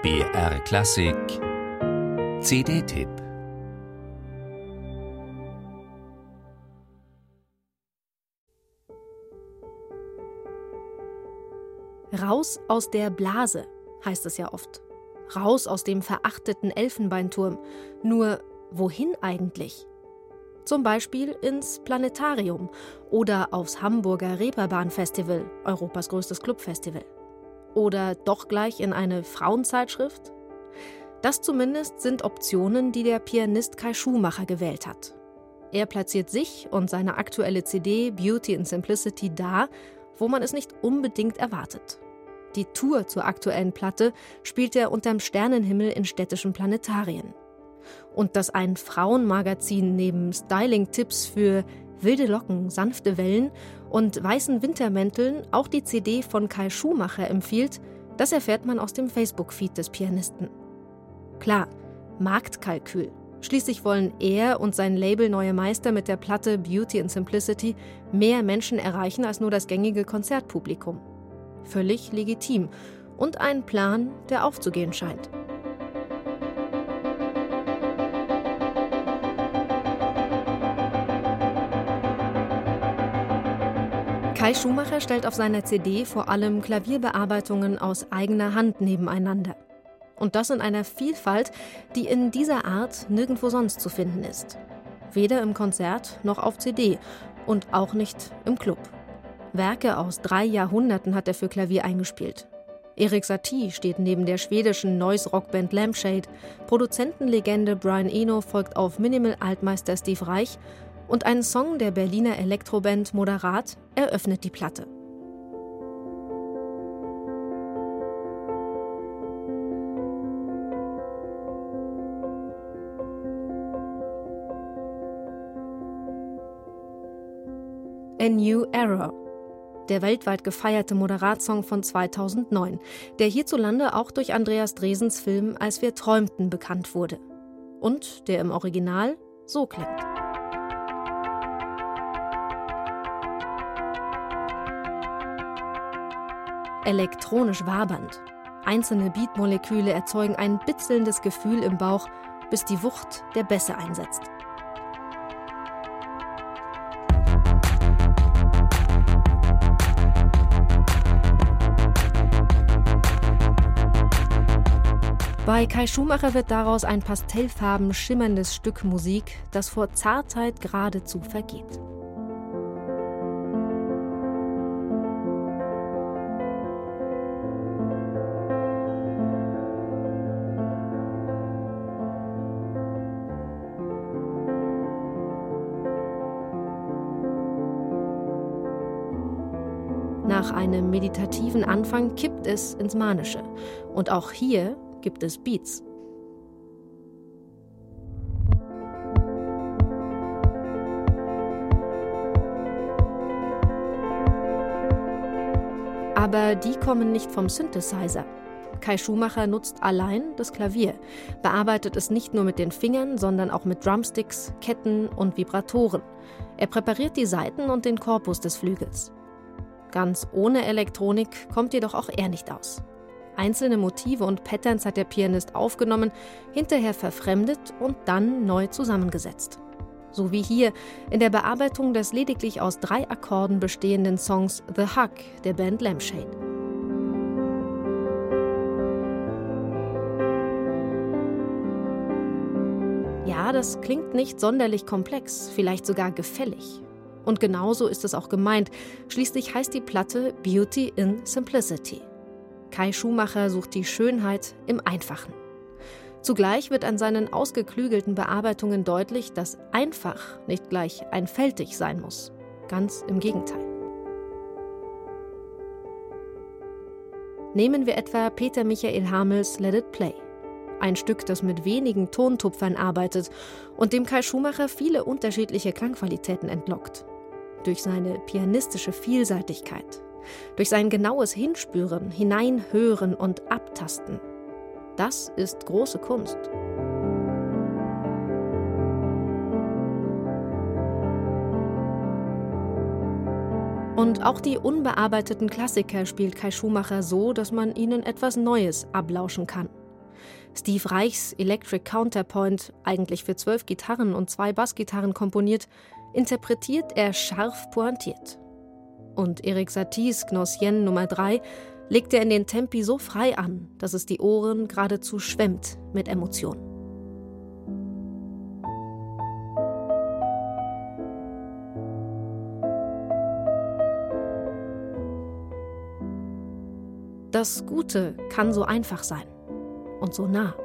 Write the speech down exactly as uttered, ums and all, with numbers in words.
B R Klassik C D-Tipp. Raus aus der Blase, heißt es ja oft. Raus aus dem verachteten Elfenbeinturm. Nur wohin eigentlich? Zum Beispiel ins Planetarium oder aufs Hamburger Reeperbahn-Festival, Europas größtes Clubfestival. Oder doch gleich in eine Frauenzeitschrift? Das zumindest sind Optionen, die der Pianist Kai Schumacher gewählt hat. Er platziert sich und seine aktuelle C D Beauty in Simplicity da, wo man es nicht unbedingt erwartet. Die Tour zur aktuellen Platte spielt er unterm Sternenhimmel in städtischen Planetarien. Und dass ein Frauenmagazin neben Styling-Tipps für wilde Locken, sanfte Wellen und weißen Wintermänteln auch die C D von Kai Schumacher empfiehlt, das erfährt man aus dem Facebook-Feed des Pianisten. Klar, Marktkalkül. Schließlich wollen er und sein Label Neue Meister mit der Platte Beauty in Simplicity mehr Menschen erreichen als nur das gängige Konzertpublikum. Völlig legitim und ein Plan, der aufzugehen scheint. Kai Schumacher stellt auf seiner C D vor allem Klavierbearbeitungen aus eigener Hand nebeneinander. Und das in einer Vielfalt, die in dieser Art nirgendwo sonst zu finden ist. Weder im Konzert noch auf C D und auch nicht im Club. Werke aus drei Jahrhunderten hat er für Klavier eingespielt. Erik Satie steht neben der schwedischen Noise-Rockband Lampshade, Produzentenlegende Brian Eno folgt auf Minimal-Altmeister Steve Reich und ein Song der Berliner Elektroband Moderat eröffnet die Platte. A New Era, der weltweit gefeierte Moderatsong von zweitausendneun, der hierzulande auch durch Andreas Dresens Film Als wir träumten bekannt wurde. Und der im Original so klingt. Elektronisch wabernd. Einzelne Beatmoleküle erzeugen ein bitzelndes Gefühl im Bauch, bis die Wucht der Bässe einsetzt. Bei Kai Schumacher wird daraus ein pastellfarben schimmerndes Stück Musik, das vor Zartheit geradezu vergeht. Nach einem meditativen Anfang kippt es ins Manische. Und auch hier gibt es Beats. Aber die kommen nicht vom Synthesizer. Kai Schumacher nutzt allein das Klavier, bearbeitet es nicht nur mit den Fingern, sondern auch mit Drumsticks, Ketten und Vibratoren. Er präpariert die Saiten und den Korpus des Flügels. Ganz ohne Elektronik kommt jedoch auch er nicht aus. Einzelne Motive und Patterns hat der Pianist aufgenommen, hinterher verfremdet und dann neu zusammengesetzt. So wie hier in der Bearbeitung des lediglich aus drei Akkorden bestehenden Songs The Hug der Band Lampshade. Ja, das klingt nicht sonderlich komplex, vielleicht sogar gefällig. Und genauso ist es auch gemeint. Schließlich heißt die Platte Beauty in Simplicity. Kai Schumacher sucht die Schönheit im Einfachen. Zugleich wird an seinen ausgeklügelten Bearbeitungen deutlich, dass einfach nicht gleich einfältig sein muss. Ganz im Gegenteil. Nehmen wir etwa Peter Michael Hamels Let It Play. Ein Stück, das mit wenigen Tontupfern arbeitet und dem Kai Schumacher viele unterschiedliche Klangqualitäten entlockt. Durch seine pianistische Vielseitigkeit. Durch sein genaues Hinspüren, Hineinhören und Abtasten. Das ist große Kunst. Und auch die unbearbeiteten Klassiker spielt Kai Schumacher so, dass man ihnen etwas Neues ablauschen kann. Steve Reichs Electric Counterpoint, eigentlich für zwölf Gitarren und zwei Bassgitarren komponiert, interpretiert er scharf pointiert. Und Erik Saties Gnossienne Nummer drei legt er in den Tempi so frei an, dass es die Ohren geradezu schwemmt mit Emotionen. Das Gute kann so einfach sein und so nah.